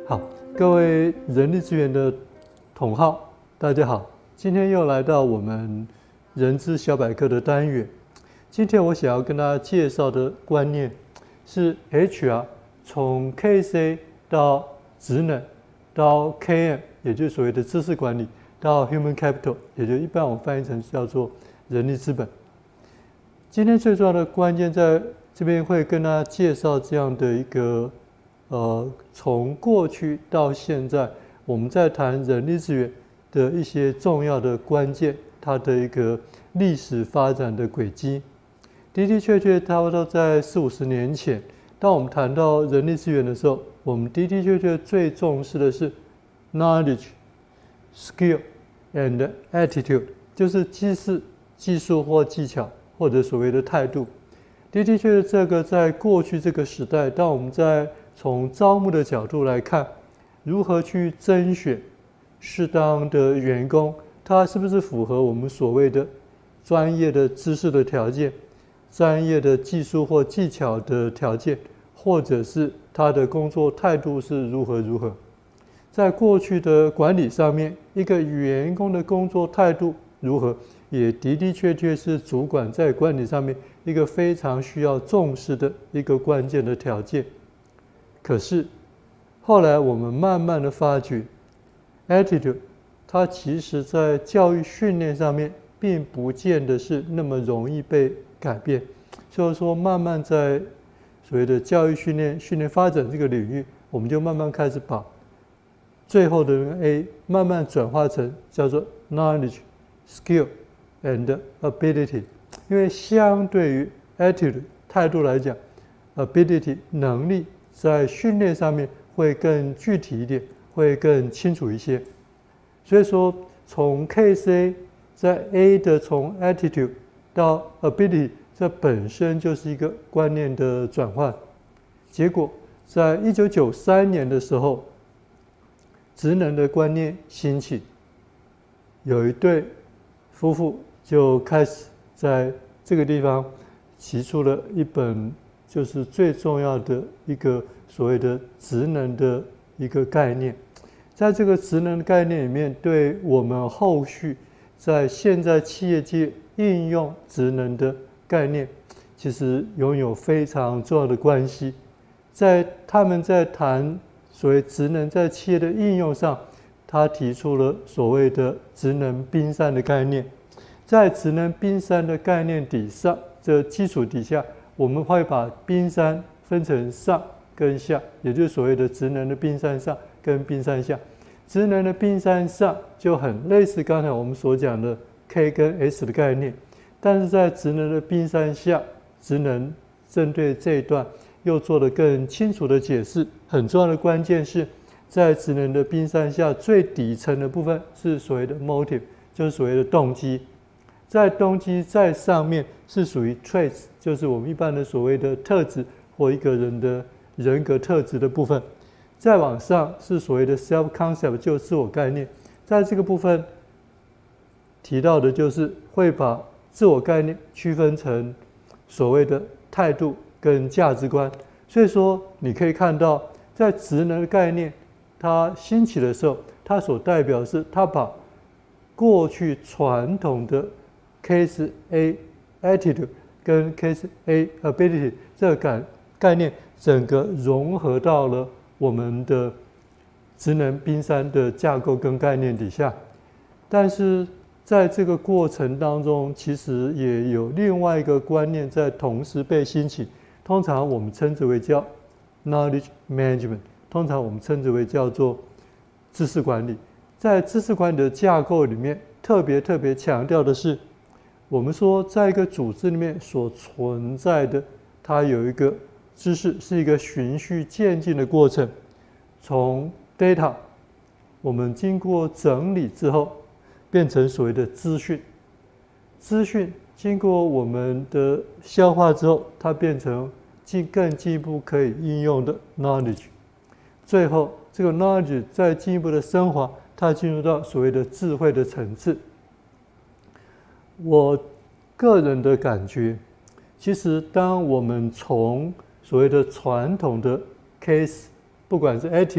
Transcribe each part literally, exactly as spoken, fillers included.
好，各位人力资源的同好，大家好，今天又来到我们人资小百科的单元。今天我想要跟大家介绍的观念是 H R 从 K S A 到职能，到 K M， 也就是所谓的知识管理，到 Human Capital， 也就一般我们翻译成叫做人力资本。今天最重要的关键在这边会跟大家介绍这样的一个呃，从过去到现在，我们在谈人力资源的一些重要的关键，它的一个历史发展的轨迹。的的确确，差不多在四五十年前，当我们谈到人力资源的时候，我们的的确确最重视的是 knowledge、skill and attitude， 就是知识、技术或技巧，或者所谓的态度。的的确确，这个在过去这个时代，当我们在从招募的角度来看，如何去甄选适当的员工，他是不是符合我们所谓的专业的知识的条件、专业的技术或技巧的条件，或者是他的工作态度是如何如何？在过去的管理上面，一个员工的工作态度如何，也的的确确是主管在管理上面一个非常需要重视的一个关键的条件。可是后来我们慢慢的发觉 attitude 它其实在教育训练上面并不见得是那么容易被改变，所以说慢慢在所谓的教育训练训练发展这个领域，我们就慢慢开始把最后的 A 慢慢转化成叫做 knowledge、skill and ability， 因为相对于 attitude 态度来讲 ability 能力在训练上面会更具体一点，会更清楚一些。所以说，从 K S A 在 A 的从 attitude 到 ability， 这本身就是一个观念的转换。结果，在一九九三年的时候，职能的观念兴起，有一对夫妇就开始在这个地方提出了一本。就是最重要的一个所谓的职能的一个概念，在这个职能的概念里面，对我们后续在现在企业界应用职能的概念，其实拥有非常重要的关系。在他们在谈所谓职能在企业的应用上，他提出了所谓的职能冰山的概念。在职能冰山的概念底上，这基础底下。我们会把冰山分成上跟下，也就是所谓的职能的冰山上跟冰山下。职能的冰山上就很类似刚才我们所讲的 K 跟 S 的概念，但是在职能的冰山下，职能针对这一段又做了更清楚的解释。很重要的关键是在职能的冰山下最底层的部分是所谓的 motive， 就是所谓的动机。在动机在上面是属于 traits， 就是我们一般的所谓的特质或一个人的人格特质的部分。再往上是所谓的 self concept， 就自我概念。在这个部分提到的就是会把自我概念区分成所谓的态度跟价值观。所以说你可以看到，在职能的概念它兴起的时候，它所代表的是它把过去传统的K S A attitude 跟 K S A ability 这个概念整个融合到了我们的职能冰山的架构跟概念底下。但是在这个过程当中，其实也有另外一个观念在同时被兴起，通常我们称之为叫 knowledge management， 通常我们称之为叫做知识管理。在知识管理的架构里面，特别特别强调的是，我们说，在一个组织里面所存在的，它有一个知识是一个循序渐进的过程。从 data， 我们经过整理之后，变成所谓的资讯。资讯经过我们的消化之后，它变成进更进一步可以应用的 knowledge。最后，这个 knowledge 再进一步的升华，它进入到所谓的智慧的层次。我个人的感觉，其实当我们从所谓的传统的 case， 不管是 attitude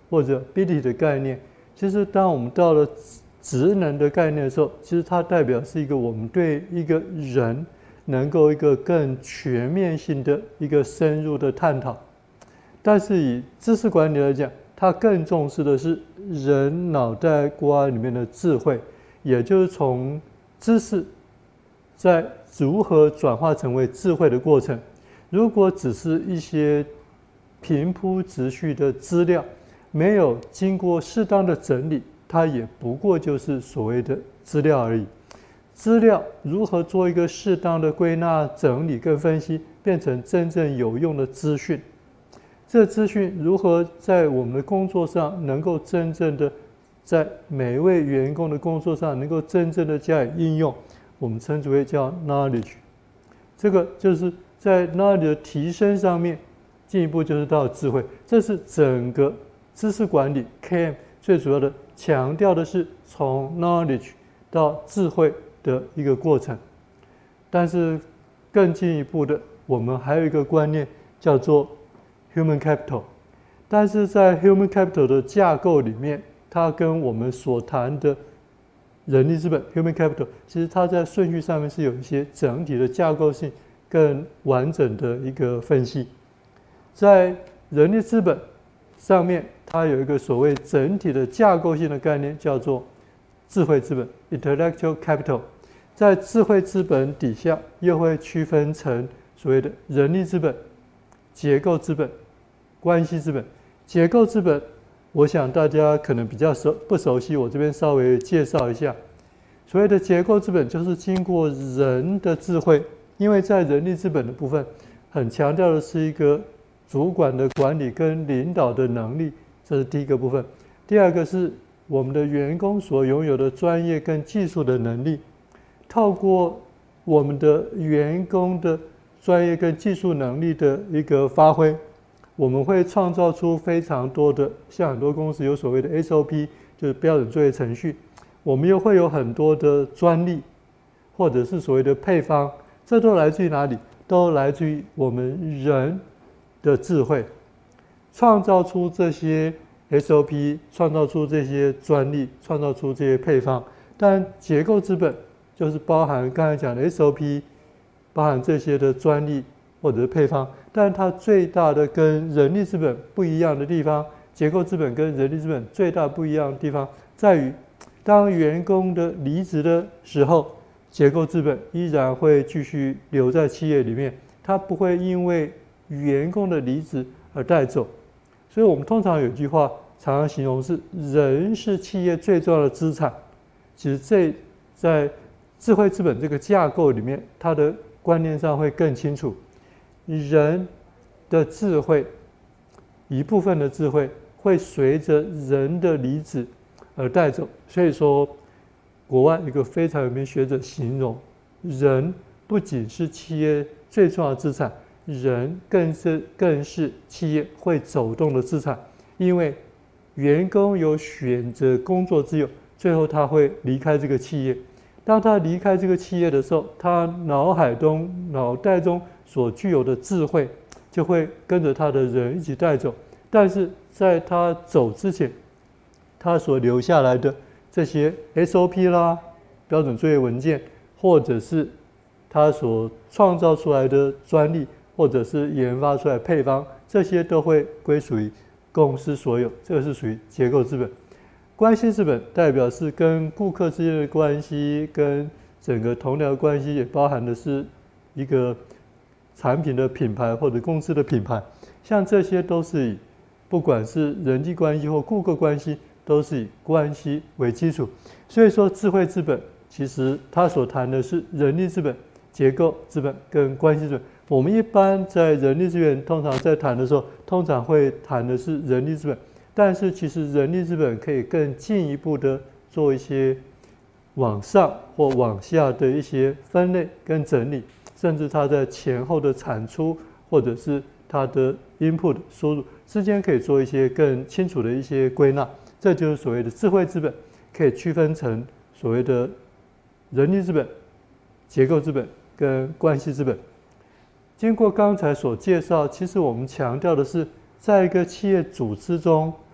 或者 ability 的概念。其实当我们到了职能的概念的时候，其实它代表是一个我们对一个人能够一个更全面性的一个深入的探讨。但是以知识管理来讲，它更重视的是人脑袋瓜里面的智慧，也就是从知识在如何转化成为智慧的过程。如果只是一些平铺直叙的资料，没有经过适当的整理，它也不过就是所谓的资料而已。资料如何做一个适当的归纳、整理跟分析，变成真正有用的资讯？这资讯如何在我们的工作上能够真正的在每一位员工的工作上能够真正的加以应用？我们称之为叫 knowledge。这个就是在 knowledge 的提升上面，进一步就是到智慧。这是整个知识管理 K M 最主要的强调的是从 knowledge 到智慧的一个过程。但是更进一步的，我们还有一个观念叫做 human capital。但是在 human capital 的架构里面，它跟我们所谈的人力资本 human capital， 其实它在顺序上面是有一些整体的架构性更完整的一个分析。在人力资本上面，它有一个所谓整体的架构性的概念，叫做智慧资本 （intellectual capital）。在智慧资本底下，又会区分成所谓的人力资本、结构资本、关系资本。结构资本，我想大家可能比较熟不熟悉，我这边稍微介绍一下。所谓的结构资本，就是经过人的智慧，因为在人力资本的部分，很强调的是一个主管的管理跟领导的能力，这是第一个部分。第二个是我们的员工所拥有的专业跟技术的能力，透过我们的员工的专业跟技术能力的一个发挥，我们会创造出非常多的，像很多公司有所谓的 S O P， 就是标准作业程序，我们又会有很多的专利，或者是所谓的配方，这都来自于哪里？都来自于我们人的智慧，创造出这些 S O P， 创造出这些专利，创造出这些配方。但结构资本就是包含刚才讲的 S O P， 包含这些的专利或者是配方。但它最大的跟人力资本不一样的地方，结构资本跟人力资本最大不一样的地方在于，当员工的离职的时候，结构资本依然会继续留在企业里面，它不会因为员工的离职而带走。所以我们通常有句话常常形容是人是企业最重要的资产。其实这在智慧资本这个架构里面，它的观念上会更清楚。人的智慧，一部分的智慧会随着人的离职而带走。所以说，国外一个非常有名学者形容，人不仅是企业最重要的资产，人更是更是企业会走动的资产。因为员工有选择工作自由，最后他会离开这个企业。当他离开这个企业的时候，他脑海中、脑袋中所具有的智慧，就会跟着他的人一起带走。但是在他走之前，他所留下来的这些 S O P 啦、标准作业文件，或者是他所创造出来的专利，或者是研发出来的配方，这些都会归属于公司所有。这个是属于结构资本。关系资本代表是跟顾客之间的关系，跟整个同僚关系，也包含的是一个产品的品牌或者公司的品牌。像这些都是以不管是人际关系或顾客关系，都是以关系为基础。所以说，智慧资本其实它所谈的是人力资本、结构资本跟关系资本。我们一般在人力资源通常在谈的时候，通常会谈的是人力资本。但是其实人力资本可以更进一步的做一些往上或往下的一些分类跟整理，甚至它在前后的产出或者是它的 input 输入之间可以做一些更清楚的一些归纳。这就是所谓的智慧资本，可以区分成所谓的人力资本、结构资本跟关系资本。经过刚才所介绍，其实我们强调的是，在一个企业组织中，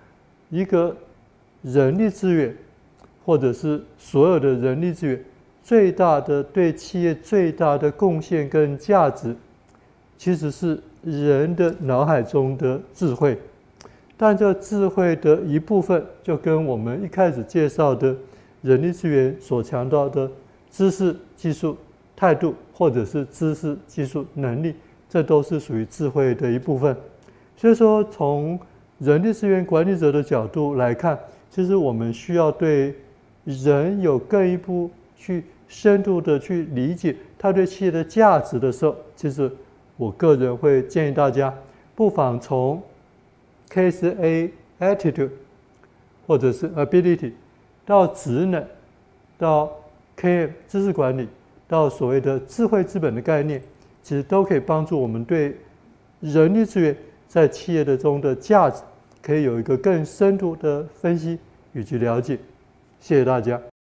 一个人力资源，或者是所有的人力资源，最大的对企业最大的贡献跟价值，其实是人的脑海中的智慧。但这智慧的一部分，就跟我们一开始介绍的人力资源所强调的知识、技术、态度，或者是知识、技术、能力，这都是属于智慧的一部分。所以说，从人力资源管理者的角度来看，其实我们需要对人有更一步去深度的去理解他对企业的价值的时候，其实我个人会建议大家，不妨从 K 是 A attitude 或者是 ability 到职能，到 K M 知识管理，到所谓的智慧资本的概念，其实都可以帮助我们对人力资源在企业的中的价值，可以有一个更深度的分析以及了解。谢谢大家。